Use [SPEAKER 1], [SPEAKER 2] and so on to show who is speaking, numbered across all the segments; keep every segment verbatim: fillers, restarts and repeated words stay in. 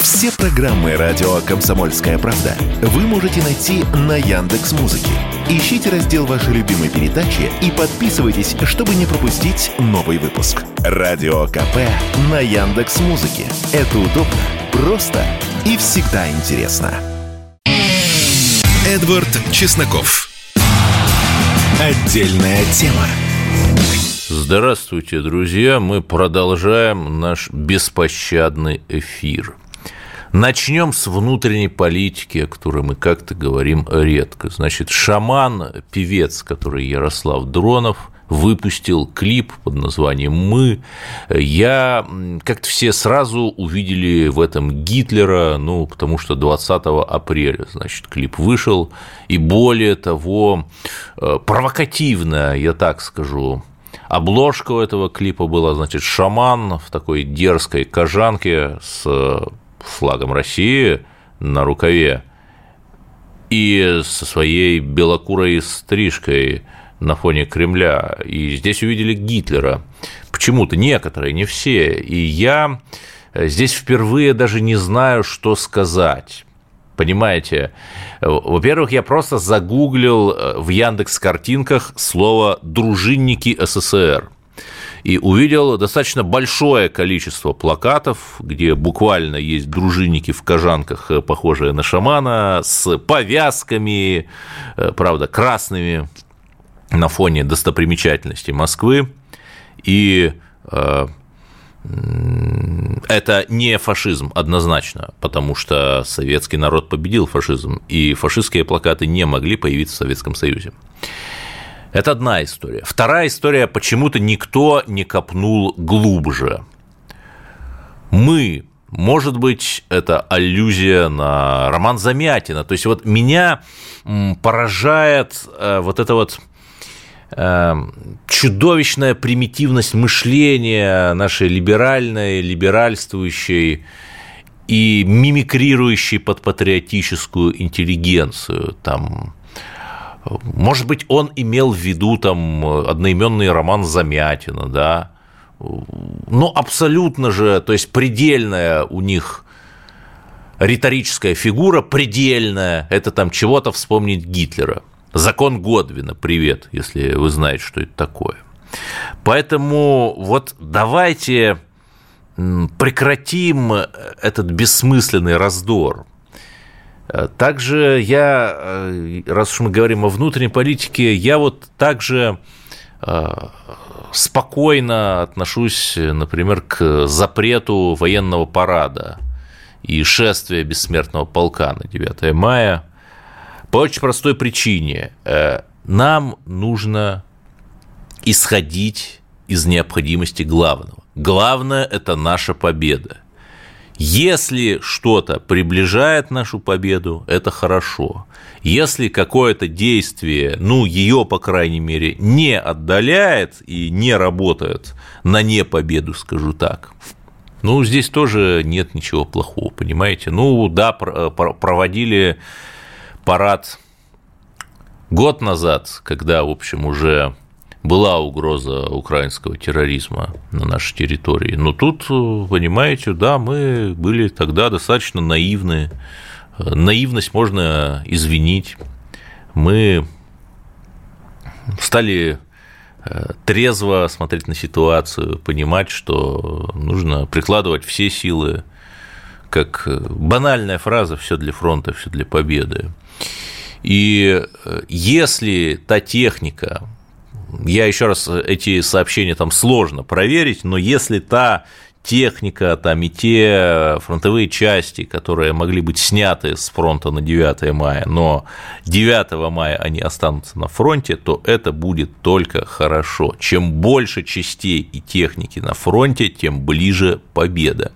[SPEAKER 1] Все программы радио «Комсомольская правда» вы можете найти на Яндекс.Музыке. Ищите раздел вашей любимой передачи и подписывайтесь, чтобы не пропустить новый выпуск. Радио КП на Яндекс.Музыке. Это удобно, просто и всегда интересно. Эдвард Чесноков. Отдельная тема.
[SPEAKER 2] Здравствуйте, друзья! Мы продолжаем наш беспощадный эфир. Начнем с внутренней политики, о которой мы как-то говорим редко. Значит, шаман, певец, который Ярослав Дронов, выпустил клип под названием «Мы». Я, как-то все сразу увидели в этом Гитлера, ну, потому что двадцатого апреля, значит, клип вышел, и более того, провокативная, я так скажу, обложка у этого клипа была, значит, шаман в такой дерзкой кожанке с флагом России на рукаве и со своей белокурой стрижкой на фоне Кремля. И здесь увидели Гитлера. Почему-то некоторые, не все. И я здесь впервые даже не знаю, что сказать. Понимаете? Во-первых, я просто загуглил в Яндекс.Картинках слово «дружинники СССР». И увидел достаточно большое количество плакатов, где буквально есть дружинники в кожанках, похожие на шамана, с повязками, правда, красными, на фоне достопримечательностей Москвы. И э, это не фашизм однозначно, потому что советский народ победил фашизм, и фашистские плакаты не могли появиться в Советском Союзе. Это одна история. Вторая история, почему-то никто не копнул глубже. Мы, может быть, это аллюзия на роман Замятина. То есть вот меня поражает вот эта вот чудовищная примитивность мышления нашей либеральной, либеральствующей и мимикрирующей под патриотическую интеллигенцию. Там, может быть, он имел в виду там одноименный роман Замятина, да, но абсолютно же, то есть предельная у них риторическая фигура, предельная, это там чего-то вспомнить Гитлера. Закон Годвина, привет, если вы знаете, что это такое. Поэтому вот давайте прекратим этот бессмысленный раздор. Также я, раз уж мы говорим о внутренней политике, я вот также спокойно отношусь, например, к запрету военного парада и шествия бессмертного полка на девятое мая по очень простой причине. Нам нужно исходить из необходимости главного. Главное – это наша победа. Если что-то приближает нашу победу, это хорошо. Если какое-то действие, ну, ее, по крайней мере, не отдаляет и не работает на непобеду, скажу так, ну, здесь тоже нет ничего плохого, понимаете? Ну, да, проводили парад год назад, когда, в общем, уже была угроза украинского терроризма на нашей территории. Но тут, понимаете, да, мы были тогда достаточно наивны. Наивность можно извинить. Мы стали трезво смотреть на ситуацию, понимать, что нужно прикладывать все силы, как банальная фраза «все для фронта, все для победы». И если та техника, я еще раз, эти сообщения там сложно проверить, но если та техника, там и те фронтовые части, которые могли быть сняты с фронта на девятое мая, но девятого мая они останутся на фронте, то это будет только хорошо. Чем больше частей и техники на фронте, тем ближе победа.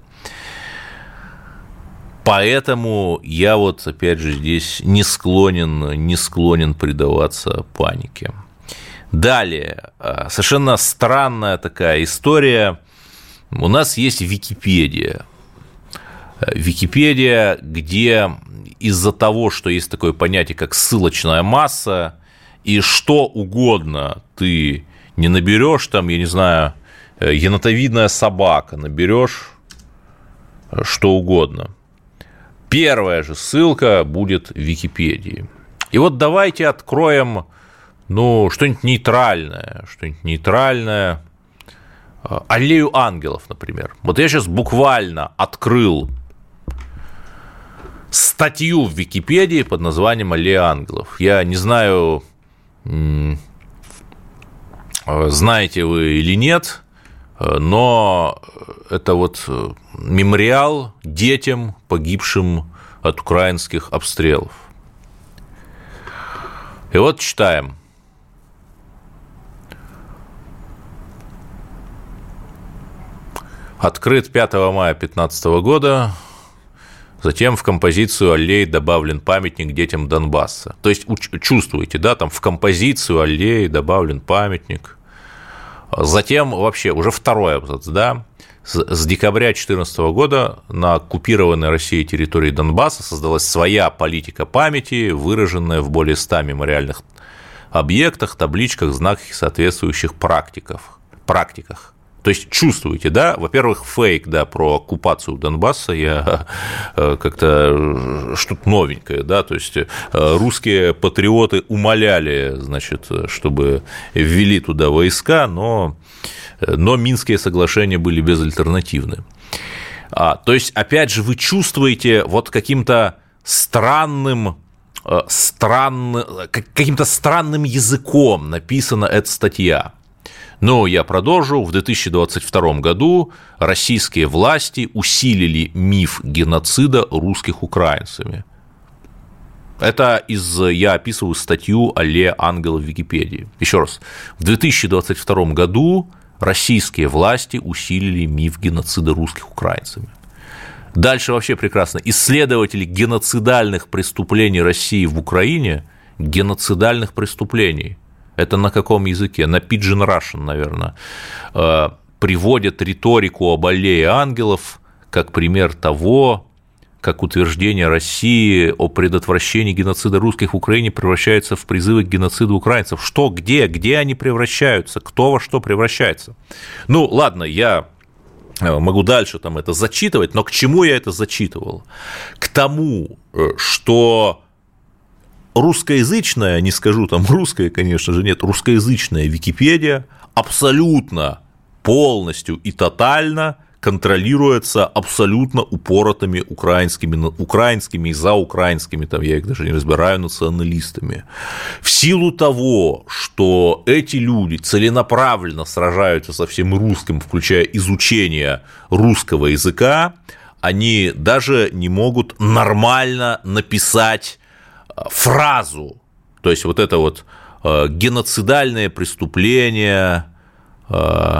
[SPEAKER 2] Поэтому я вот, опять же, здесь не склонен, не склонен предаваться панике. Далее, совершенно странная такая история. У нас есть Википедия. Википедия, где из-за того, что есть такое понятие, как ссылочная масса, и что угодно ты не наберешь, там, я не знаю, енотовидная собака, наберешь что угодно. Первая же ссылка будет в Википедии. И вот давайте откроем, ну, что-нибудь нейтральное, что-нибудь нейтральное. Аллею ангелов, например. Вот я сейчас буквально открыл статью в Википедии под названием «Аллея ангелов». Я не знаю, знаете вы или нет, но это вот мемориал детям, погибшим от украинских обстрелов. И вот читаем. Открыт пятого мая две тысячи пятнадцатого года. Затем в композицию аллеи добавлен памятник детям Донбасса. То есть, чувствуете, да, там в композицию аллеи добавлен памятник. Затем вообще уже второй абзац, да, с декабря две тысячи четырнадцатого года на оккупированной Россией территории Донбасса создалась своя политика памяти, выраженная в более ста мемориальных объектах, табличках, знаках и соответствующих практиках. практиках. То есть, чувствуете, да, во-первых, фейк, да, про оккупацию Донбасса, я как-то что-то новенькое, да, то есть, русские патриоты умоляли, значит, чтобы ввели туда войска, но, но Минские соглашения были безальтернативны. А, то есть, опять же, вы чувствуете вот каким-то странным, странным, каким-то странным языком написана эта статья. Но я продолжу. В две тысячи двадцать втором году российские власти усилили миф геноцида русских украинцами. Это из, я описываю статью «Аллея ангелов» в Википедии. Еще раз. В две тысячи двадцать втором году российские власти усилили миф геноцида русских украинцами. Дальше вообще прекрасно. Исследователи геноцидальных преступлений России в Украине, геноцидальных преступлений, это на каком языке? На Pidgin Russian, наверное. Приводят риторику об аллее ангелов как пример того, как утверждение России о предотвращении геноцида русских в Украине превращается в призывы к геноциду украинцев. Что, где, где они превращаются, кто во что превращается? Ну, ладно, я могу дальше там это зачитывать, но к чему я это зачитывал? К тому, что русскоязычная, не скажу там русская, конечно же, нет, русскоязычная Википедия абсолютно, полностью и тотально контролируется абсолютно упоротыми украинскими, украинскими и заукраинскими, там я их даже не разбираю, националистами. В силу того, что эти люди целенаправленно сражаются со всем русским, включая изучение русского языка, они даже не могут нормально написать фразу, то есть вот это вот э, геноцидальное преступление, э,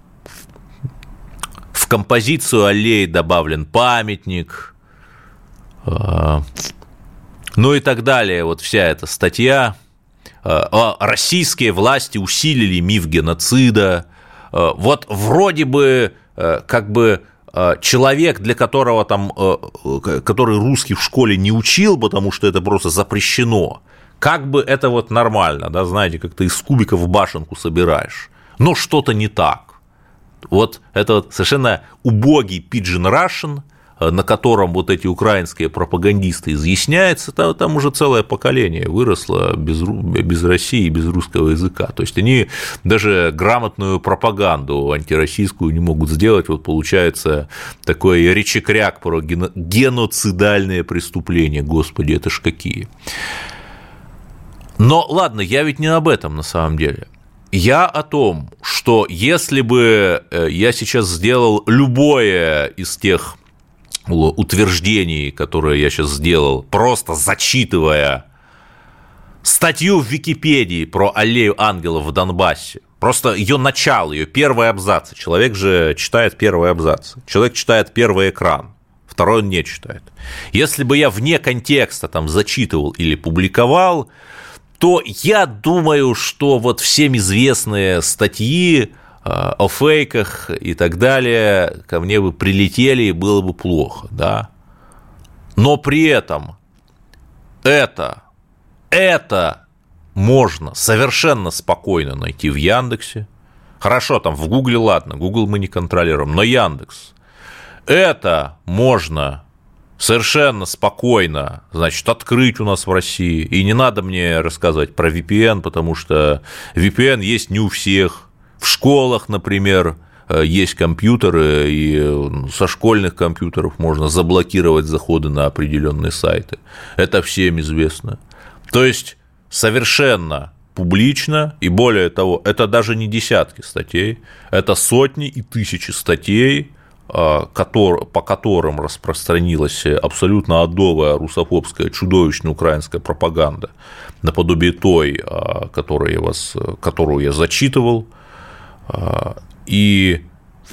[SPEAKER 2] в композицию аллеи добавлен памятник, э, ну и так далее, вот вся эта статья. Э, российские власти усилили миф геноцида, э, вот вроде бы э, как бы человек, для которого там, который русский в школе не учил, потому что это просто запрещено, как бы это вот нормально, да, знаете, как ты из кубиков башенку собираешь, но что-то не так. Вот это вот совершенно убогий Pidgin Russian, на котором вот эти украинские пропагандисты изъясняются, там, там уже целое поколение выросло без, без России и без русского языка. То есть они даже грамотную пропаганду антироссийскую не могут сделать. Вот получается такой речекряк про геноцидальные преступления. Господи, это ж какие. Но ладно, я ведь не об этом на самом деле. Я о том, что если бы я сейчас сделал любое из тех утверждений, которые я сейчас сделал, просто зачитывая статью в Википедии про аллею ангелов в Донбассе, просто ее начало, ее первый абзац, человек же читает первый абзац, человек читает первый экран, второй он не читает. Если бы я вне контекста там зачитывал или публиковал, то я думаю, что вот всем известные статьи о фейках и так далее ко мне бы прилетели, и было бы плохо, да. Но при этом это, это можно совершенно спокойно найти в Яндексе. Хорошо, там в Гугле, ладно, Гугл мы не контролируем, но Яндекс. Это можно совершенно спокойно, значит, открыть у нас в России. И не надо мне рассказывать про ви пи эн, потому что ви пи эн есть не у всех. В школах, например, есть компьютеры, и со школьных компьютеров можно заблокировать заходы на определенные сайты. Это всем известно. То есть совершенно публично, и более того, это даже не десятки статей, это сотни и тысячи статей, по которым распространилась абсолютно адовая русофобская чудовищная украинская пропаганда, наподобие той, которую я, вас, которую я зачитывал. И,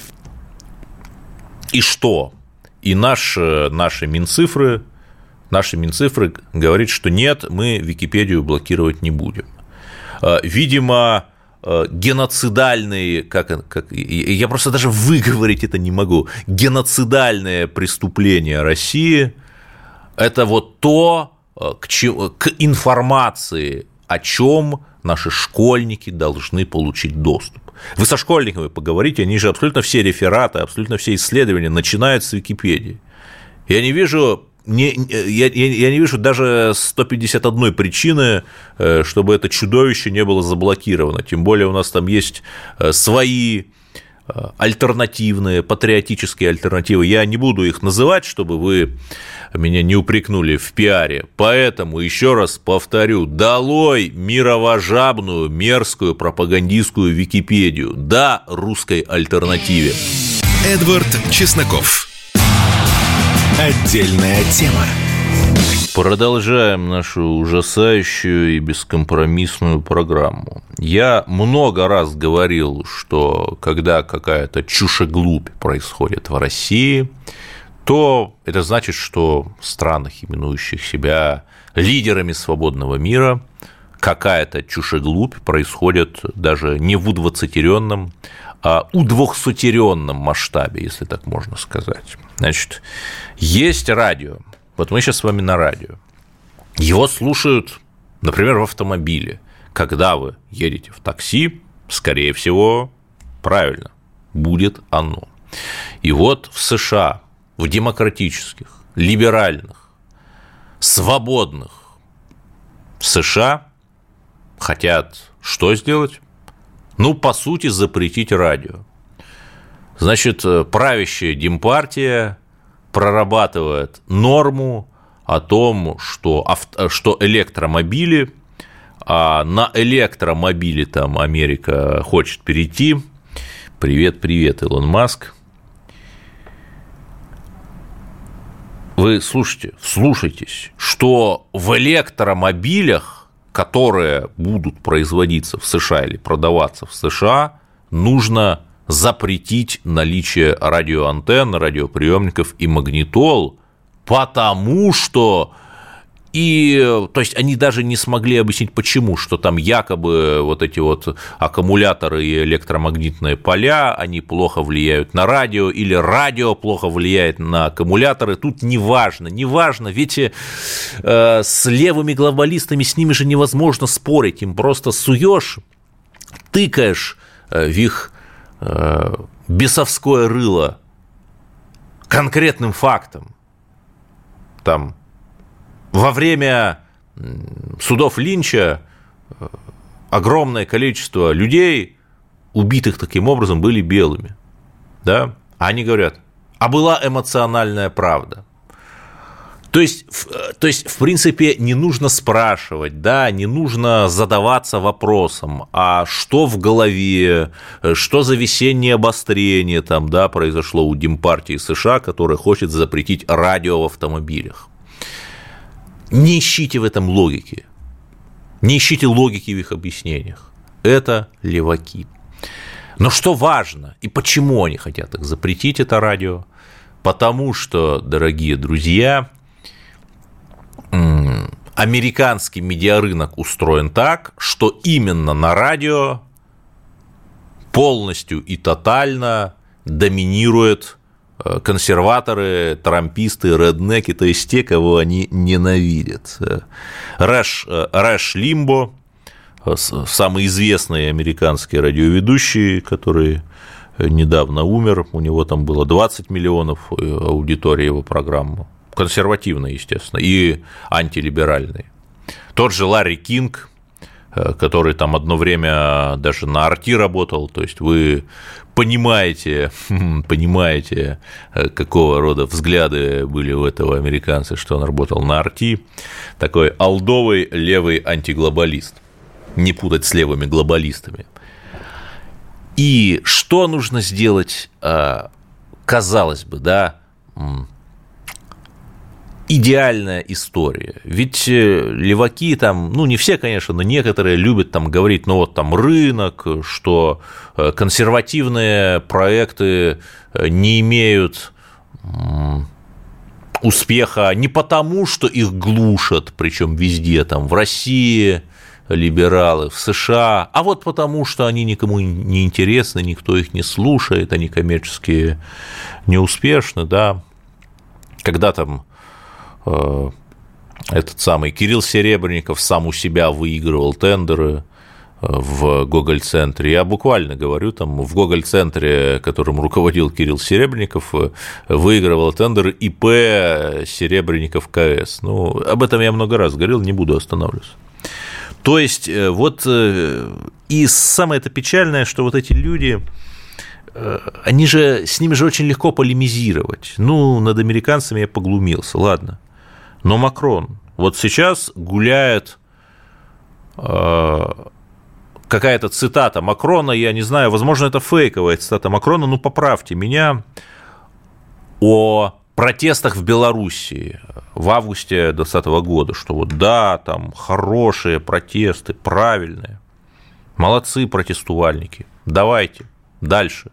[SPEAKER 2] и что? И наш, наши Минцифры, наши Минцифры говорят, что нет, мы Википедию блокировать не будем. Видимо, геноцидальные, как, как, я просто даже выговорить это не могу, геноцидальное преступление России – это вот то, к, чем, к информации, о чем наши школьники должны получить доступ. Вы со школьниками поговорите, они же абсолютно все рефераты, абсолютно все исследования начинают с Википедии. Я не вижу, не, я, я не вижу даже сто пятьдесят одной причины, чтобы это чудовище не было заблокировано. Тем более у нас там есть свои альтернативные, патриотические альтернативы. Я не буду их называть, чтобы вы меня не упрекнули в пиаре. Поэтому еще раз повторю: долой мировожабную, мерзкую пропагандистскую Википедию. Да русской альтернативе.
[SPEAKER 1] Эдвард Чесноков. Отдельная тема.
[SPEAKER 2] Продолжаем нашу ужасающую и бескомпромиссную программу. Я много раз говорил, что когда какая-то чушеглупь происходит в России, то это значит, что в странах, именующих себя лидерами свободного мира, какая-то чушеглупь происходит даже не в удвадцатеренном, а удвухсотеренном масштабе, если так можно сказать. Значит, есть радио. Вот мы сейчас с вами на радио. Его слушают, например, в автомобиле. Когда вы едете в такси, скорее всего, правильно, будет оно. И вот в США, в демократических, либеральных, свободных США хотят что сделать? Ну, по сути, запретить радио. Значит, правящая Демпартия прорабатывает норму о том, что, авто, что электромобили, а на электромобили там Америка хочет перейти. Привет, привет, Илон Маск. Вы слушайте, вслушайтесь, что в электромобилях, которые будут производиться в США или продаваться в США, нужно запретить наличие радиоантенн, радиоприемников и магнитол, потому что и, то есть они даже не смогли объяснить, почему, что там якобы вот эти вот аккумуляторы и электромагнитные поля, они плохо влияют на радио, или радио плохо влияет на аккумуляторы. Тут неважно, неважно, ведь э, с левыми глобалистами с ними же невозможно спорить, им просто суешь, тыкаешь э, в их э, бесовское рыло конкретным фактом. Там во время судов Линча огромное количество людей, убитых таким образом, были белыми. Да? А они говорят, а была эмоциональная правда. То есть, то есть, в принципе, не нужно спрашивать, да, не нужно задаваться вопросом, а что в голове, что за весеннее обострение там, да, произошло у Демпартии США, которая хочет запретить радио в автомобилях. Не ищите в этом логики, не ищите логики в их объяснениях. Это леваки. Но что важно и почему они хотят их запретить, это радио? Потому что, дорогие друзья, американский медиарынок устроен так, что именно на радио полностью и тотально доминирует консерваторы, трамписты, реднеки, то есть те, кого они ненавидят. Раш, Раш Лимбо, самый известный американский радиоведущий, который недавно умер, у него там было двадцать миллионов аудитории его программы, консервативные, естественно, и антилиберальные. Тот же Ларри Кинг, который там одно время даже на Арти работал, то есть вы понимаете, понимаете, какого рода взгляды были у этого американца, что он работал на Арти, такой олдовый левый антиглобалист, не путать с левыми глобалистами. И что нужно сделать, казалось бы, да, идеальная история. Ведь леваки там, ну, не все, конечно, но некоторые любят там говорить, ну, вот там рынок, что консервативные проекты не имеют успеха не потому, что их глушат, причем везде, там, в России либералы, в США, а вот потому, что они никому не интересны, никто их не слушает, они коммерчески неуспешны, да. Когда там этот самый Кирилл Серебренников сам у себя выигрывал тендеры в Гоголь-центре. Я буквально говорю, там в Гоголь-центре, которым руководил Кирилл Серебренников, выигрывал тендер ИП Серебренников КС. Ну, об этом я много раз говорил, не буду останавливаться. То есть, вот и самое это печальное, что вот эти люди, они же, с ними же очень легко полемизировать. Ну, над американцами я поглумился, ладно. Но Макрон, вот сейчас гуляет э, какая-то цитата Макрона, я не знаю, возможно, это фейковая цитата Макрона, ну, поправьте меня, о протестах в Белоруссии в августе две тысячи двадцатого года, что вот да, там хорошие протесты, правильные, молодцы протестувальники, давайте дальше.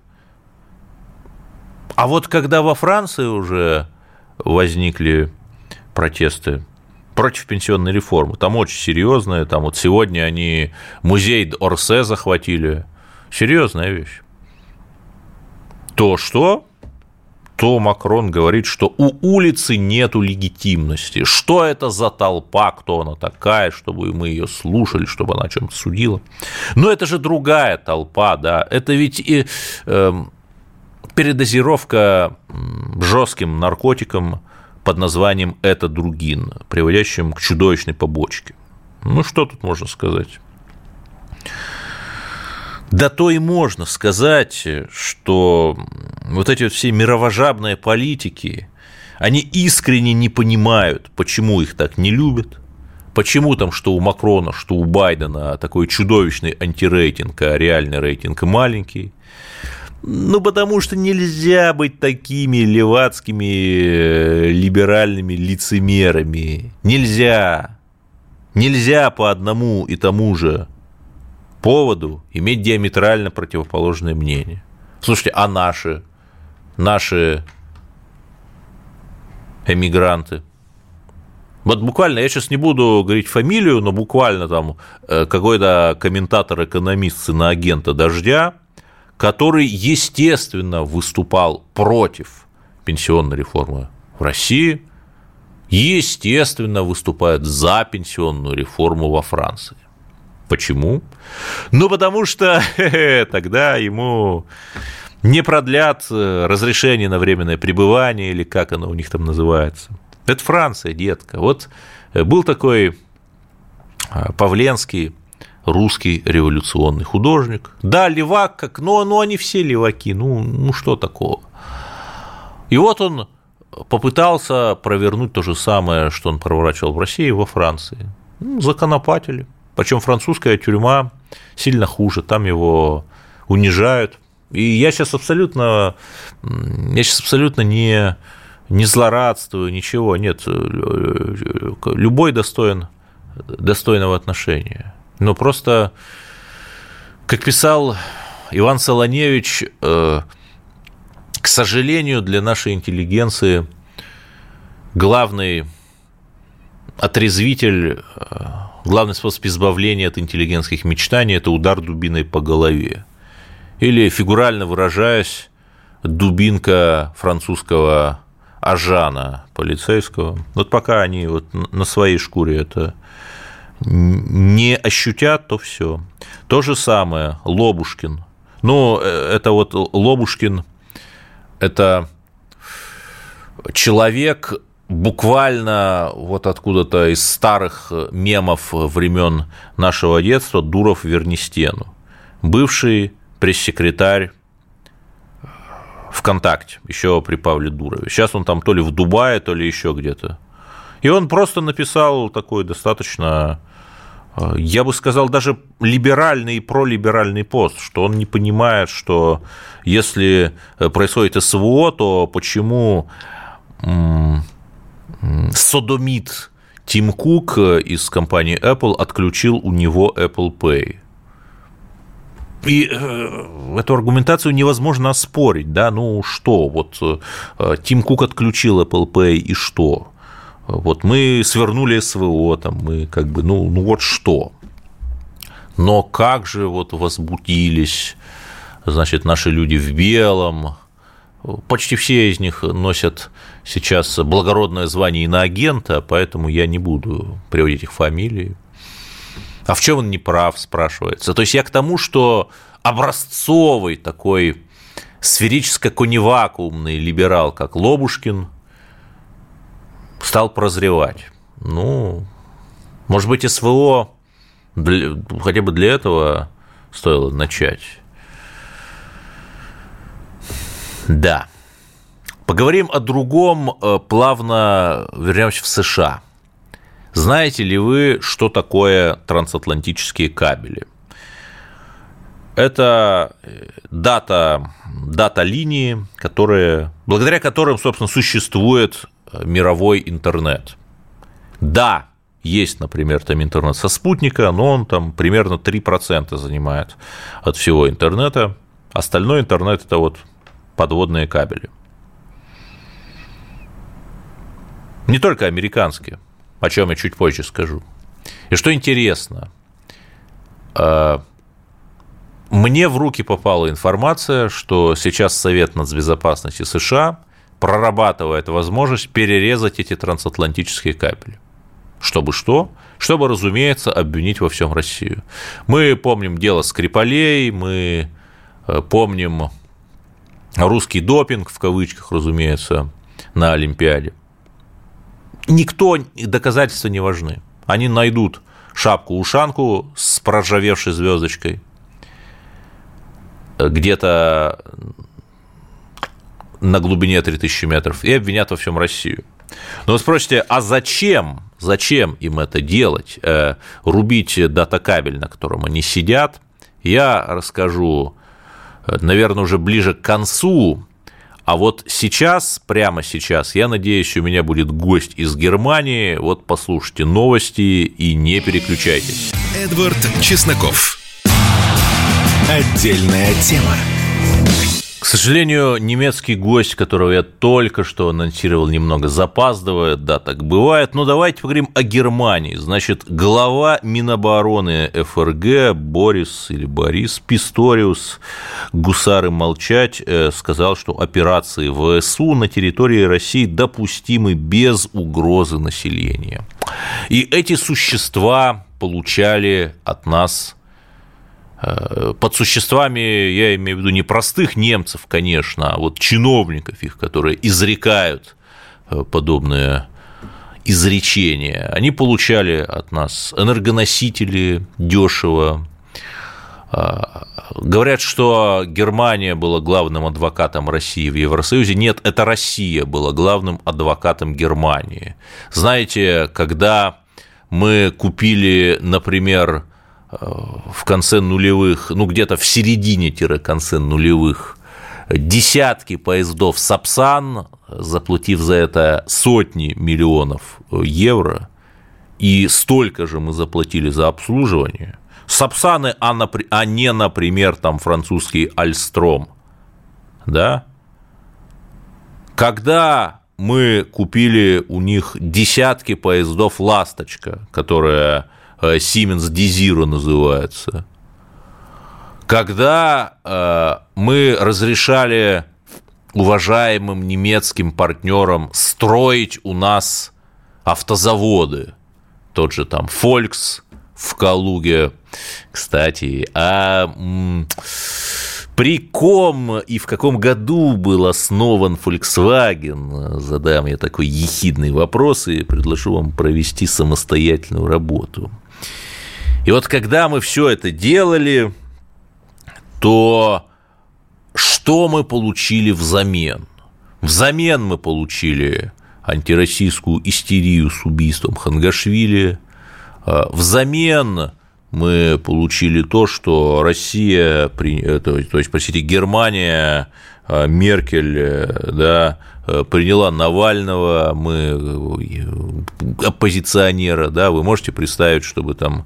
[SPEAKER 2] А вот когда во Франции уже возникли протесты против пенсионной реформы, там очень серьезные, там вот сегодня они музей д'Орсе захватили, серьезная вещь. То что? То Макрон говорит, что у улицы нету легитимности. Что это за толпа, кто она такая, чтобы мы ее слушали, чтобы она о чем-то судила. Но это же другая толпа, да. Это ведь и э, передозировка жестким наркотиком под названием этодругин, приводящим к чудовищной побочке. Ну, что тут можно сказать? Да то и можно сказать, что вот эти вот все мировожабные политики, они искренне не понимают, почему их так не любят, почему там что у Макрона, что у Байдена такой чудовищный антирейтинг, а реальный рейтинг маленький. Ну, потому что нельзя быть такими левацкими либеральными лицемерами. Нельзя. Нельзя по одному и тому же поводу иметь диаметрально противоположное мнение. Слушайте, а наши, наши эмигранты? Вот буквально, я сейчас не буду говорить фамилию, но буквально там какой-то комментатор-экономист, иноагента «Дождя», который, естественно, выступал против пенсионной реформы в России, естественно, выступает за пенсионную реформу во Франции. Почему? Ну, потому что тогда ему не продлят разрешение на временное пребывание, или как оно у них там называется. Это Франция, детка. Вот был такой Павленский, русский революционный художник. Да, левак, как, но, но они все леваки, ну, ну что такого. И вот он попытался провернуть то же самое, что он проворачивал в России и во Франции. Ну, законопатили. Причем французская тюрьма сильно хуже, там его унижают. И я сейчас абсолютно, я сейчас абсолютно не, не злорадствую, ничего, нет, любой достоин достойного отношения. Но просто, как писал Иван Солоневич, к сожалению, для нашей интеллигенции главный отрезвитель, главный способ избавления от интеллигентских мечтаний – это удар дубиной по голове. Или, фигурально выражаясь, дубинка французского ажана полицейского. Вот пока они вот на своей шкуре это не ощутят, то все. То же самое Лобушкин. Ну, это вот Лобушкин – это человек, буквально вот откуда-то из старых мемов времен нашего детства Дуров верни стену. Бывший пресс-секретарь ВКонтакте, еще при Павле Дурове. Сейчас он там то ли в Дубае, то ли еще где-то. И он просто написал такой достаточно, я бы сказал, даже либеральный и пролиберальный пост, что он не понимает, что если происходит СВО, то почему содомит Тим Кук из компании Apple отключил у него Apple Pay. И эту аргументацию невозможно оспорить, да, ну что, вот Тим Кук отключил Apple Pay, и что? Вот мы свернули СВО, там, мы как бы, ну, ну вот что? Но как же вот возбудились, значит, наши люди в белом, почти все из них носят сейчас благородное звание иноагента, поэтому я не буду приводить их фамилии. А в чем он не прав, спрашивается. То есть я к тому, что образцовый такой сферическо-коневакуумный либерал, как Лобушкин, стал прозревать. Ну, может быть, СВО для, хотя бы для этого стоило начать. Да. Поговорим о другом, плавно вернемся в США. Знаете ли вы, что такое трансатлантические кабели? Это дата, дата линии, которые, благодаря которым, собственно, существует мировой интернет. Да, есть, например, там интернет со спутника, но он там примерно три процента занимает от всего интернета. Остальной интернет – это вот подводные кабели. Не только американские, о чем я чуть позже скажу. И что интересно, мне в руки попала информация, что сейчас Совет нацбезопасности США прорабатывает возможность перерезать эти трансатлантические кабели. Чтобы что? Чтобы, разумеется, обвинить во всем Россию. Мы помним дело Скрипалей, мы помним русский допинг, в кавычках, разумеется, на Олимпиаде. Никто, доказательства не важны. Они найдут шапку-ушанку с проржавевшей звездочкой где-то на глубине три тысячи метров и обвинят во всем Россию. Но вы спросите, а зачем, зачем им это делать, рубить датакабель, на котором они сидят? Я расскажу, наверное, уже ближе к концу. А вот сейчас, прямо сейчас, я надеюсь, у меня будет гость из Германии. Вот послушайте новости и не переключайтесь.
[SPEAKER 1] Эдвард Чесноков. Отдельная тема.
[SPEAKER 2] К сожалению, немецкий гость, которого я только что анонсировал, немного запаздывает, да, так бывает, но давайте поговорим о Германии. Значит, глава Минобороны ФРГ Борис или Борис Писториус, гусары молчать, сказал, что операции ВСУ на территории России допустимы без угрозы населения. И эти существа получали от нас... Под существами я имею в виду не простых немцев, конечно, а вот чиновников их, которые изрекают подобные изречения. Они получали от нас энергоносители дешево. Говорят, что Германия была главным адвокатом России в Евросоюзе. Нет, это Россия была главным адвокатом Германии. Знаете, когда мы купили, например, в конце нулевых, ну, где-то в середине-конце нулевых, десятки поездов Сапсан, заплатив за это сотни миллионов евро, и столько же мы заплатили за обслуживание. Сапсаны, а не, например, там французский Альстром, да? Когда мы купили у них десятки поездов «Ласточка», которые... Siemens Desiro называется, когда мы разрешали уважаемым немецким партнерам строить у нас автозаводы, тот же там Volks в Калуге, кстати, а При ком и в каком году был основан Volkswagen? Задам я такой ехидный вопрос и предложу вам провести самостоятельную работу. И вот когда мы все это делали, то что мы получили взамен? Взамен мы получили антироссийскую истерию с убийством Хангашвили. Взамен мы получили то, что Россия, то есть, простите, Германия, Меркель, да, приняла Навального, мы оппозиционера, да, вы можете представить, чтобы там,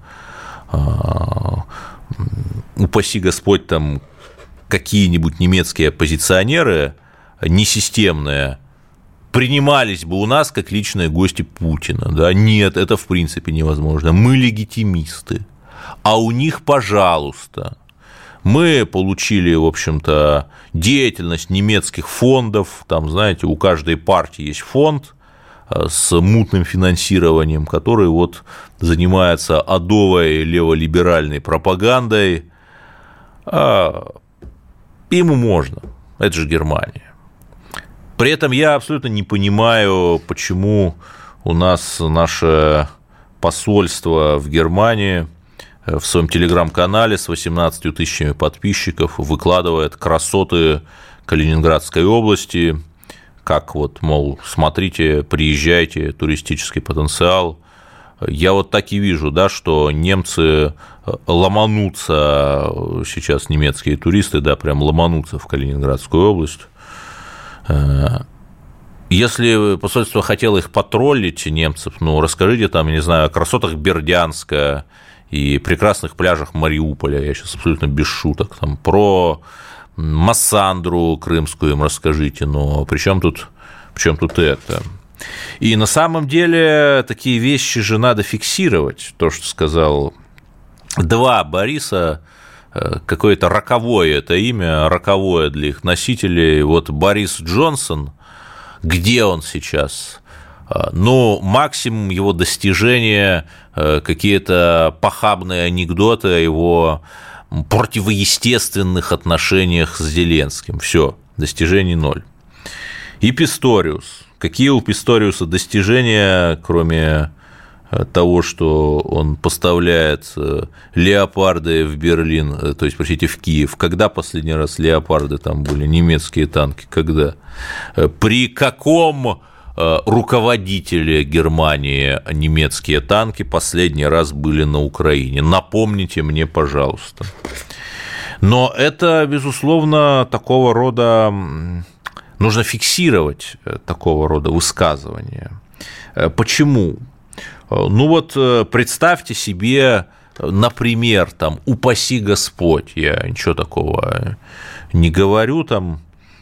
[SPEAKER 2] упаси Господь, там какие-нибудь немецкие оппозиционеры несистемные принимались бы у нас как личные гости Путина, да? Нет, это в принципе невозможно. Мы легитимисты, а у них, пожалуйста. Мы получили, в общем-то, деятельность немецких фондов, там, знаете, у каждой партии есть фонд с мутным финансированием, который вот занимается адовой леволиберальной пропагандой. А ему можно, это же Германия. При этом я абсолютно не понимаю, почему у нас наше посольство в Германии в своем телеграм-канале с восемнадцатью тысячами подписчиков выкладывает красоты Калининградской области, как вот, мол, смотрите, приезжайте, туристический потенциал. Я вот так и вижу, да, что немцы ломанутся, сейчас немецкие туристы, да, прям ломанутся в Калининградскую область. Если посольство хотело их потроллить, немцев, ну, расскажите там, я не знаю, о красотах Бердянска и прекрасных пляжах Мариуполя, я сейчас абсолютно без шуток, там, про Массандру крымскую им расскажите, но при чем тут, при чем тут это? И на самом деле такие вещи же надо фиксировать, то, что сказал два Бориса, какое-то роковое это имя, роковое для их носителей. Вот Борис Джонсон, где он сейчас? Ну, максимум его достижения какие-то похабные анекдоты о его противоестественных отношениях с Зеленским. Все, достижений ноль. И Писториус. Какие у Писториуса достижения, кроме того, что он поставляет леопарды в Берлин, то есть, простите, в Киев? Когда последний раз леопарды там были, немецкие танки, когда? При каком руководителе Германии немецкие танки последний раз были на Украине? Напомните мне, пожалуйста. Но это, безусловно, такого рода... Нужно фиксировать такого рода высказывания. Почему? Ну вот представьте себе, например, там, упаси Господь, я ничего такого не говорю, там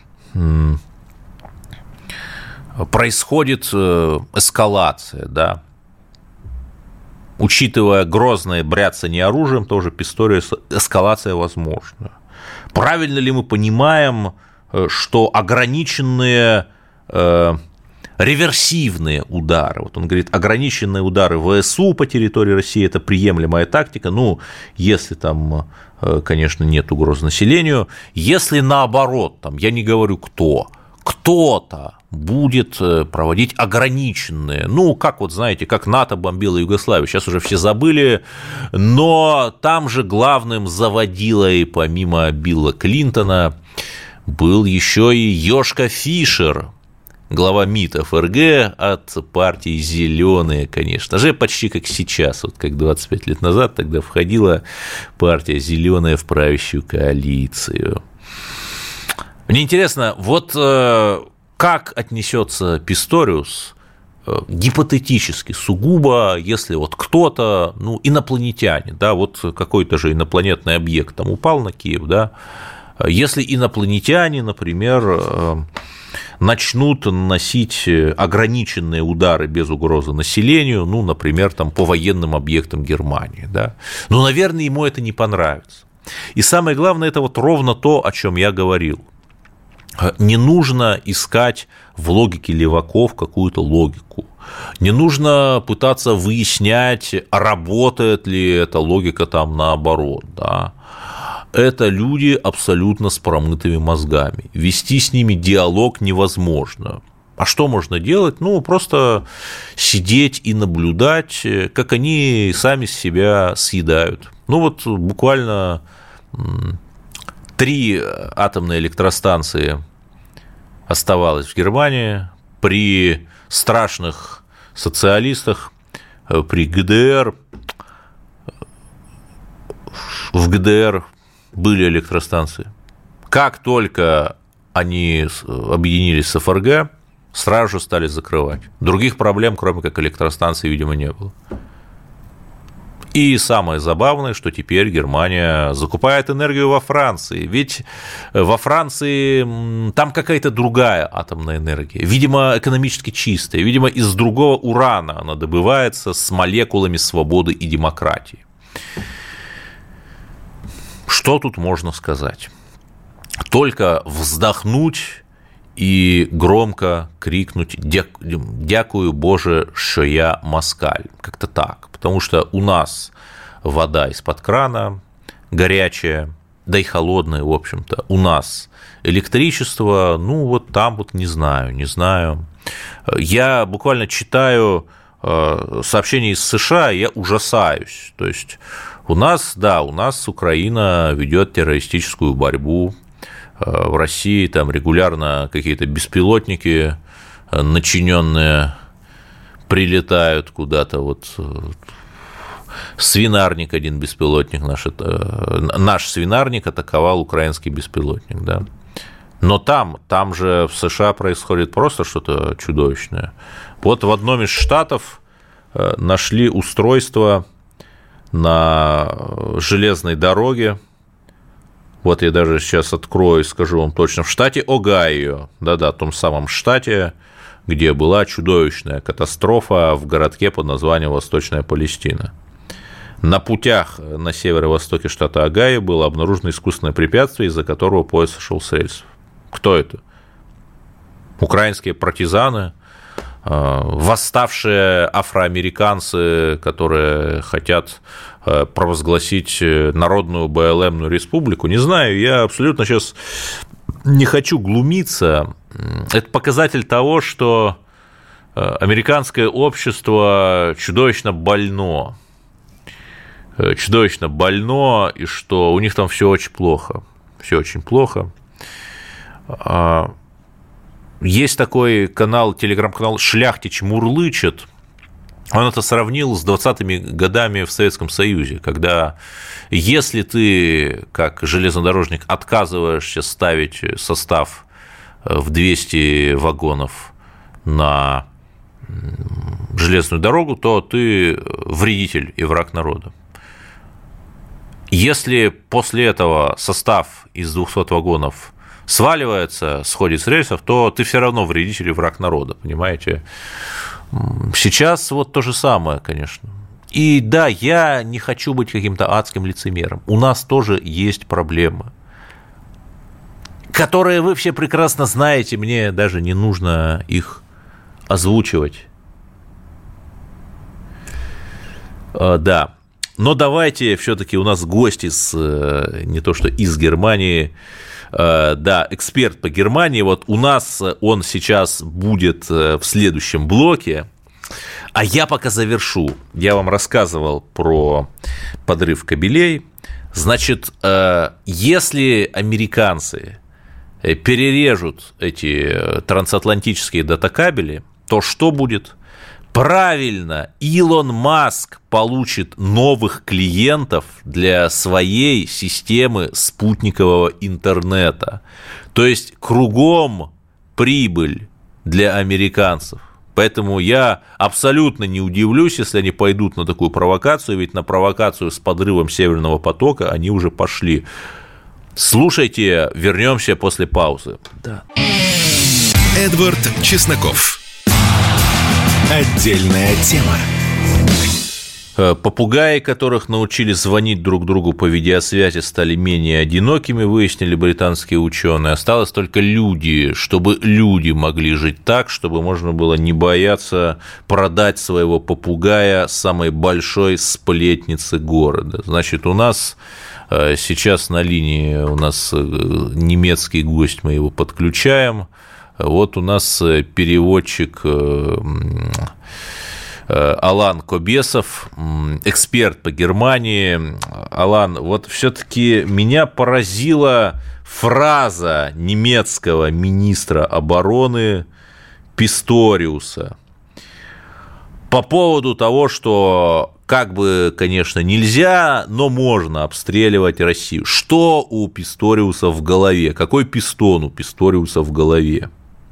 [SPEAKER 2] происходит эскалация, да, учитывая грозное бряцание оружием, тоже Писториус, эскалация возможна. Правильно ли мы понимаем, что ограниченные э, реверсивные удары, вот он говорит, ограниченные удары ВСУ по территории России – это приемлемая тактика, ну, если там, э, конечно, нет угрозы населению, если наоборот, там, я не говорю кто, кто-то будет проводить ограниченные, ну, как вот, знаете, как НАТО бомбило Югославию, сейчас уже все забыли, но там же главным заводилой, помимо Билла Клинтона, был еще и Йошка Фишер, глава МИД ФРГ от партии «Зеленые», конечно же, почти как сейчас, вот как двадцать пять лет назад, тогда входила партия «Зеленая» в правящую коалицию. Мне интересно, вот как отнесется Писториус гипотетически, сугубо, если вот кто-то, ну, инопланетяне, да, вот какой-то же инопланетный объект там упал на Киев, да, если инопланетяне, например, начнут наносить ограниченные удары без угрозы населению, ну, например, там, по военным объектам Германии, да, ну, наверное, ему это не понравится. И самое главное, это вот ровно то, о чем я говорил. Не нужно искать в логике леваков какую-то логику. Не нужно пытаться выяснять, работает ли эта логика там наоборот, да. это люди абсолютно с промытыми мозгами. Вести с ними диалог невозможно. А что можно делать? Ну, просто сидеть и наблюдать, как они сами себя съедают. Ну, вот буквально три атомные электростанции оставалось в Германии при страшных социалистах, при ГДР. В ГДР были электростанции. Как только они объединились с ФРГ, сразу же стали закрывать. Других проблем, кроме как электростанций, видимо, не было. И самое забавное, что теперь Германия закупает энергию во Франции. Ведь во Франции там какая-то другая атомная энергия, видимо, экономически чистая, видимо, из другого урана она добывается с молекулами свободы и демократии. Что тут можно сказать? Только вздохнуть и громко крикнуть «Дякую, Боже, что я москаль». Как-то так. Потому что у нас вода из-под крана горячая, да и холодная, в общем-то. У нас электричество, ну, вот там вот не знаю, не знаю. Я буквально читаю сообщения из США, и я ужасаюсь. То есть у нас, да, у нас Украина ведет террористическую борьбу. В России там регулярно какие-то беспилотники, начиненные, прилетают куда-то. Вот свинарник один беспилотник, наш, наш свинарник атаковал украинский беспилотник, да. Но там, там же в США происходит просто что-то чудовищное. Вот в одном из штатов нашли устройство на железной дороге. Вот я даже сейчас открою и скажу вам точно. В штате Огайо, да-да, в том самом штате, где была чудовищная катастрофа в городке под названием Восточная Палестина. На путях на северо-востоке штата Огайо было обнаружено искусственное препятствие, из-за которого поезд сошел с рельсов. Кто это? Украинские партизаны, восставшие афроамериканцы, которые хотят провозгласить народную БЛМную республику. Не знаю, я абсолютно сейчас не хочу глумиться. Это показатель того, что американское общество чудовищно больно. Чудовищно больно, и что у них там все очень плохо. Все очень плохо. Есть такой канал, телеграм-канал «Шляхтич мурлычет». Он это сравнил с двадцатыми годами в Советском Союзе, когда если ты, как железнодорожник, отказываешься ставить состав в двести вагонов на железную дорогу, то ты вредитель и враг народа. Если после этого состав из двухсот вагонов сваливается, сходит с рельсов, то ты все равно вредитель и враг народа, понимаете? Сейчас вот то же самое, конечно. И да, я не хочу быть каким-то адским лицемером. У нас тоже есть проблемы, которые вы все прекрасно знаете, мне даже не нужно их озвучивать. Да. Но давайте все-таки у нас гости с, не то что из Германии, да, эксперт по Германии, вот у нас он сейчас будет в следующем блоке, а я пока завершу. Я вам рассказывал про подрыв кабелей. Значит, если американцы перережут эти трансатлантические датакабели, то что будет? Правильно, Илон Маск получит новых клиентов для своей системы спутникового интернета. То есть кругом прибыль для американцев. Поэтому я абсолютно не удивлюсь, если они пойдут на такую провокацию, ведь на провокацию с подрывом Северного потока они уже пошли. Слушайте, вернемся после паузы. Да.
[SPEAKER 1] Эдвард Чесноков. Отдельная тема.
[SPEAKER 2] Попугаи, которых научили звонить друг другу по видеосвязи, стали менее одинокими, выяснили британские ученые. Осталось только люди, чтобы люди могли жить так, чтобы можно было не бояться продать своего попугая самой большой сплетнице города. Значит, у нас Сейчас на линии у нас немецкий гость, мы его подключаем. Вот у нас переводчик Алан Кобесов, эксперт по Германии. Алан, вот все-таки меня поразила фраза немецкого министра обороны Писториуса по поводу того, что как бы, конечно, нельзя, но можно обстреливать Россию. Что у Писториуса в голове? Какой пистон у Писториуса в голове?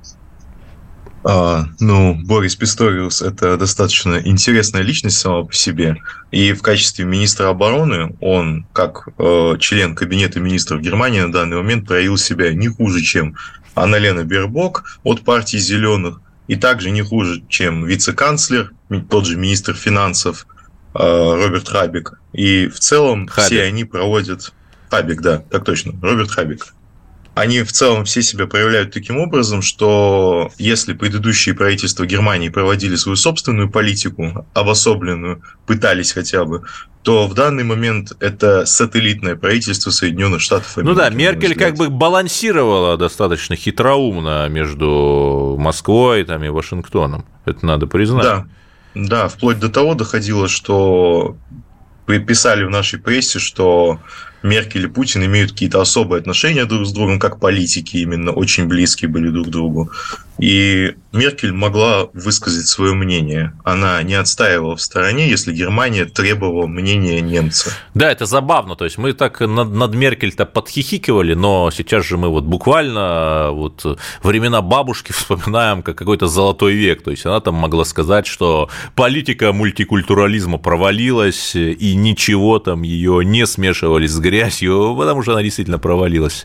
[SPEAKER 3] А, ну, Борис Писториус – это достаточно интересная личность сама по себе. И в качестве министра обороны он, как э, член Кабинета министров Германии, на данный момент проявил себя не хуже, чем Анна-Лена Бербок от партии «Зеленых», и также не хуже, чем вице-канцлер, тот же министр финансов э, Роберт Хабек. И в целом Хабек. Все они проводят... Хабек, да, так точно, Роберт Хабек. Они в целом все себя проявляют таким образом, что если предыдущие правительства Германии проводили свою собственную политику, обособленную, пытались хотя бы, то в данный момент это сателлитное правительство Соединенных Штатов Америки.
[SPEAKER 2] Ну да, Меркель как бы балансировала достаточно хитроумно между Москвой там, и Вашингтоном. Это надо признать.
[SPEAKER 3] Да, да, вплоть до того доходило, что писали в нашей прессе, что Меркель и Путин имеют какие-то особые отношения друг с другом, как политики именно, очень близкие были друг к другу. И Меркель могла высказать свое мнение. Она не отстаивала в стороне, если Германия требовала мнения немца.
[SPEAKER 2] Да, это забавно. То есть мы так над, над Меркель-то подхихикивали, но сейчас же мы вот буквально вот времена бабушки вспоминаем как какой-то золотой век. То есть она там могла сказать, что политика мультикультурализма провалилась, и ничего там ее не смешивали с грязью, потому что она действительно провалилась.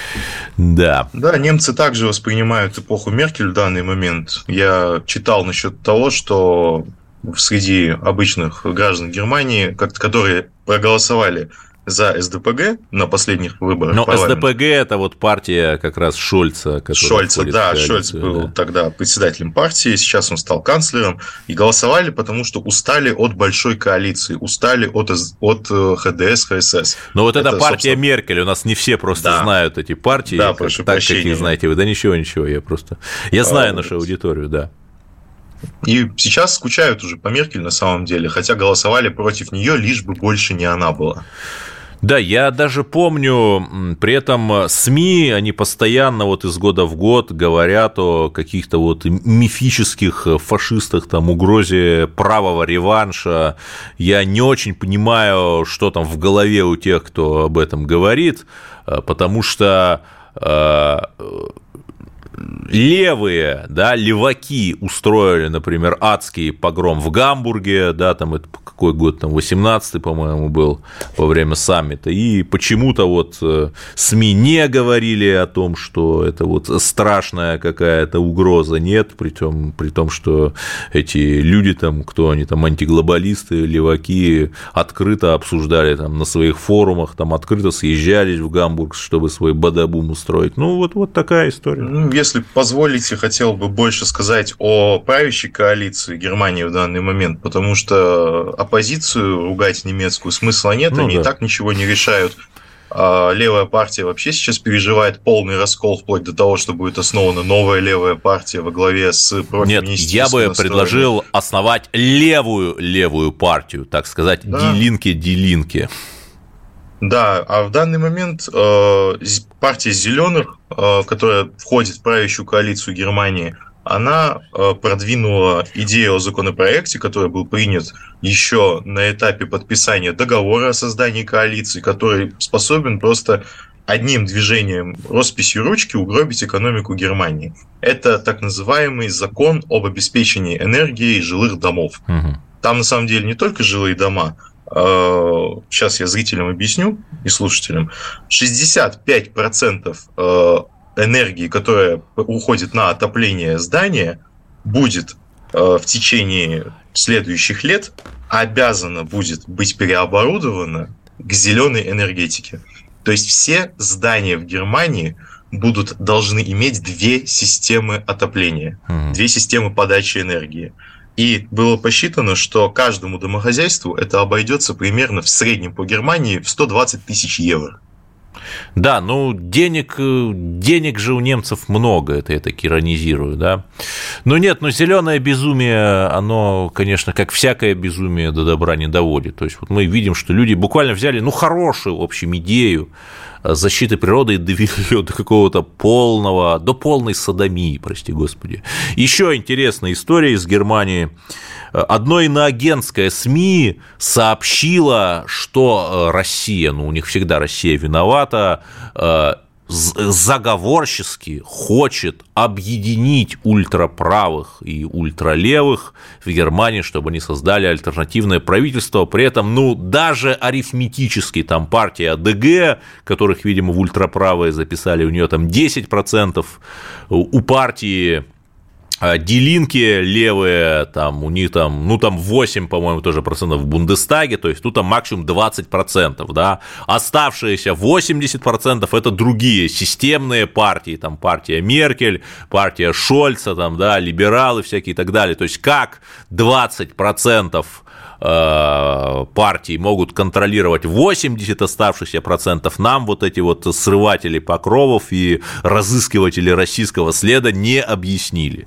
[SPEAKER 2] Да.
[SPEAKER 3] Да, немцы также воспринимают эпоху Меркель в данный момент. Я читал насчет того, что среди обычных граждан Германии, которые проголосовали за эс дэ пэ гэ на последних выборах.
[SPEAKER 2] Но эс дэ пэ гэ – это вот партия как раз Шольца.
[SPEAKER 3] Шольца, да, Шольц был да. тогда председателем партии, сейчас он стал канцлером, и голосовали, потому что устали от большой коалиции, устали от, от ха дэ эс, ха эс эс.
[SPEAKER 2] Но вот это эта партия собственно... Меркель, у нас не все просто да. знают эти партии,
[SPEAKER 3] да,
[SPEAKER 2] как,
[SPEAKER 3] прошу
[SPEAKER 2] так,
[SPEAKER 3] прощения.
[SPEAKER 2] как их знаете вы. Да ничего, ничего, я просто… Я знаю а, нашу вот. аудиторию, да.
[SPEAKER 3] И сейчас скучают уже по Меркель на самом деле, хотя голосовали против нее, лишь бы больше не она была.
[SPEAKER 2] Да, я даже помню, при этом СМИ, они постоянно вот из года в год говорят о каких-то вот мифических фашистах, там, угрозе правого реванша. Я не очень понимаю, что там в голове у тех, кто об этом говорит, потому что левые, да, леваки устроили, например, адский погром в Гамбурге, да, там это какой год, там, восемнадцатый, по-моему, был во время саммита, и почему-то вот СМИ не говорили о том, что это вот страшная какая-то угроза, нет, при том, при том, что эти люди там, кто они там, антиглобалисты, леваки, открыто обсуждали там на своих форумах, там открыто съезжались в Гамбург, чтобы свой бадабум устроить, ну, вот, вот такая история.
[SPEAKER 3] Ну, если позволите, хотел бы больше сказать о правящей коалиции Германии в данный момент, потому что оппозицию ругать немецкую смысла нет, ну, они да. и так ничего не решают. А левая партия вообще сейчас переживает полный раскол, вплоть до того, что будет основана новая левая партия во главе с
[SPEAKER 2] профеминистическим Нет, я бы настроем. предложил основать левую левую партию, так сказать, да. Ди-Линке-Ди-Линке.
[SPEAKER 3] Да, а в данный момент э, партия «Зеленых», э, которая входит в правящую коалицию Германии, она э, продвинула идею о законопроекте, который был принят еще на этапе подписания договора о создании коалиции, который способен просто одним движением росписью ручки угробить экономику Германии. Это так называемый закон об обеспечении энергией жилых домов. Угу. Там на самом деле не только жилые дома. Сейчас я зрителям объясню и слушателям. шестьдесят пять процентов энергии, которая уходит на отопление здания, будет в течение следующих лет обязана будет быть переоборудована к зеленой энергетике. То есть все здания в Германии будут, должны иметь две системы отопления, mm-hmm. две системы подачи энергии. И было посчитано, что каждому домохозяйству это обойдется примерно в среднем по Германии в сто двадцать тысяч евро.
[SPEAKER 2] Да, ну денег, денег же у немцев много, это я так иронизирую, да. Но нет, но зеленое безумие, оно, конечно, как всякое безумие, до добра не доводит. То есть вот мы видим, что люди буквально взяли, ну, хорошую, в общем, идею защиты природы и довели ее до какого-то полного, до полной содомии, прости господи. Еще интересная история из Германии. Одно иноагентское СМИ сообщило, что Россия, ну, у них всегда Россия виновата, заговорчески хочет объединить ультраправых и ультралевых в Германии, чтобы они создали альтернативное правительство. При этом, ну, даже арифметически там партия АДГ, которых, видимо, в ультраправые записали, у нее там десять процентов, у партии Die Linke левые, там, у них там, ну, там восемь, по-моему, тоже процентов в Бундестаге, то есть тут там максимум двадцать процентов, да, оставшиеся восемьдесят процентов это другие системные партии, там, партия Меркель, партия Шольца, там, да, либералы всякие и так далее, то есть как двадцать процентов партии могут контролировать восемьдесят оставшихся процентов, нам вот эти вот срыватели покровов и разыскиватели российского следа не объяснили.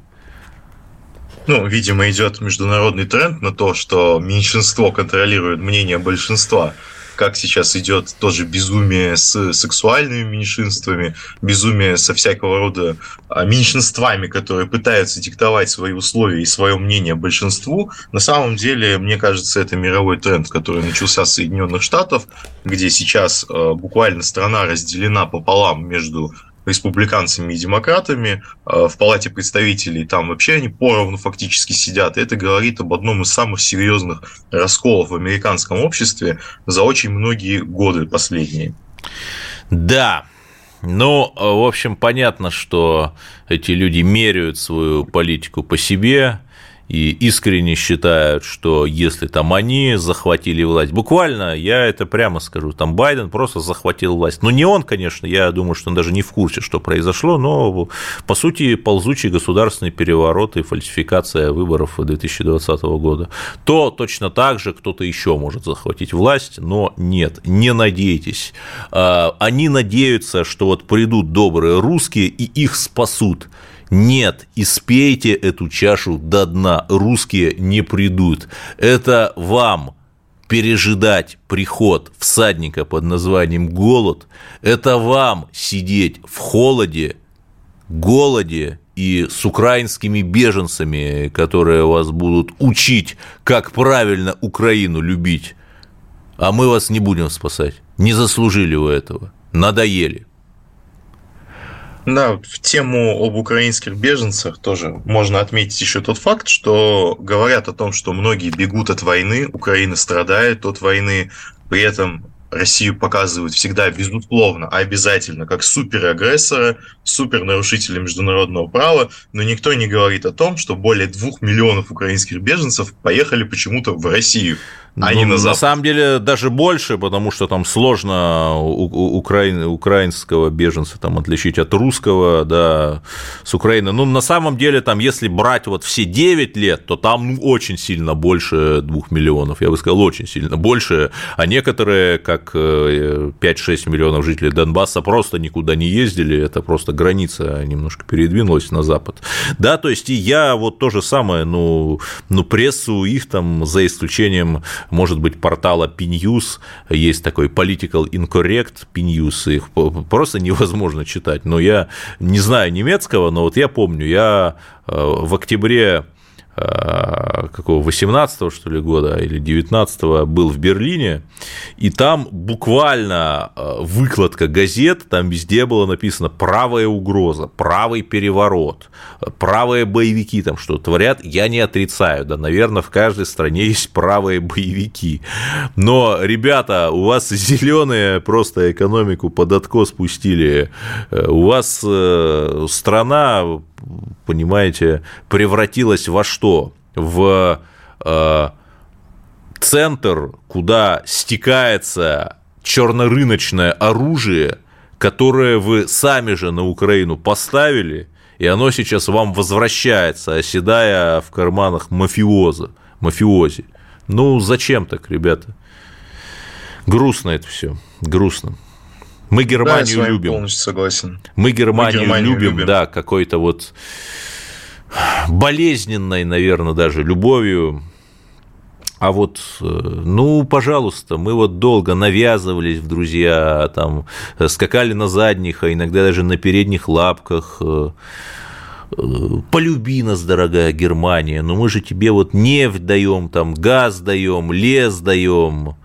[SPEAKER 3] Ну, видимо, идет международный тренд на то, что меньшинство контролирует мнение большинства. Как сейчас идет тоже безумие с сексуальными меньшинствами, безумие со всякого рода меньшинствами, которые пытаются диктовать свои условия и свое мнение большинству. На самом деле, мне кажется, это мировой тренд, который начался с Соединенных Штатов, где сейчас буквально страна разделена пополам между республиканцами и демократами. В Палате представителей там вообще они поровну фактически сидят. И это говорит об одном из самых серьезных расколов в американском обществе за очень многие годы последние.
[SPEAKER 2] Да. Ну, в общем, понятно, что эти люди меряют свою политику по себе и искренне считают, что если там они захватили власть, буквально, я это прямо скажу, там Байден просто захватил власть. Ну, не он, конечно, я думаю, что он даже не в курсе, что произошло, но, по сути, ползучий государственный переворот и фальсификация выборов две тысячи двадцатого года. То точно так же кто-то еще может захватить власть, но нет, не надейтесь. Они надеются, что вот придут добрые русские и их спасут. Нет, испейте эту чашу до дна, русские не придут. Это вам пережидать приход всадника под названием голод, это вам сидеть в холоде, голоде и с украинскими беженцами, которые вас будут учить, как правильно Украину любить. А мы вас не будем спасать, не заслужили вы этого, надоели.
[SPEAKER 3] Да, в тему об украинских беженцах тоже можно отметить еще тот факт, что говорят о том, что многие бегут от войны, Украина страдает от войны, при этом Россию показывают всегда, безусловно, обязательно, как суперагрессора, супернарушителя международного права, но никто не говорит о том, что более двух миллионов украинских беженцев поехали почему-то в Россию, а
[SPEAKER 2] ну,
[SPEAKER 3] не на Запад.
[SPEAKER 2] На самом деле даже больше, потому что там сложно украин, украинского беженца там отличить от русского, да, с Украины. Ну, на самом деле, там, если брать вот все девять лет, то там ну, очень сильно больше двух миллионов, я бы сказал, очень сильно больше, а некоторые, как пять-шесть миллионов жителей Донбасса, просто никуда не ездили, это просто граница немножко передвинулась на запад. Да, то есть и я вот то же самое, ну, ну прессу их там, за исключением, может быть, портала P-News, есть такой Political Incorrect P-News, их просто невозможно читать, но я не знаю немецкого, но вот я помню, я в октябре какого восемнадцатого, что ли, года или девятнадцатого был в Берлине, и там буквально выкладка газет, там везде было написано «правая угроза», «правый переворот», «правые боевики» там что творят, я не отрицаю, да, наверное, в каждой стране есть правые боевики, но, ребята, у вас зеленые просто экономику под откос спустили, у вас страна, понимаете, превратилась во что? В э, центр, куда стекается чернорыночное оружие, которое вы сами же на Украину поставили, и оно сейчас вам возвращается, оседая в карманах мафиоза, мафиози. Ну, зачем так, ребята? Грустно это все, грустно. Мы Германию да, я с вами любим.
[SPEAKER 3] Полностью согласен.
[SPEAKER 2] Мы Германию, Мы Германию любим, любим, да, какой-то вот болезненной, наверное, даже любовью. А вот, ну, пожалуйста, мы вот долго навязывались в друзья, там, скакали на задних, а иногда даже на передних лапках. Полюби нас, дорогая Германия, но мы же тебе вот нефть даем, там, газ даем, лес даем.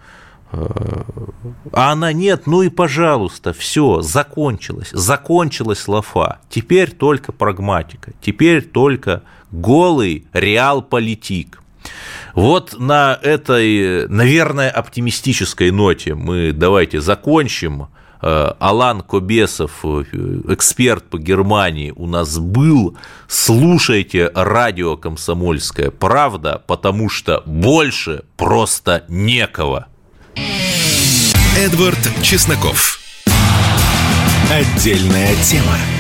[SPEAKER 2] А она нет, ну и пожалуйста, все, закончилось, закончилась лафа, теперь только прагматика, теперь только голый реал-политик. Вот на этой, наверное, оптимистической ноте мы давайте закончим. Алан Кобесов, эксперт по Германии, у нас был. Слушайте радио «Комсомольская правда», потому что больше просто некого.
[SPEAKER 1] Эдвард Чесноков. Отдельная тема.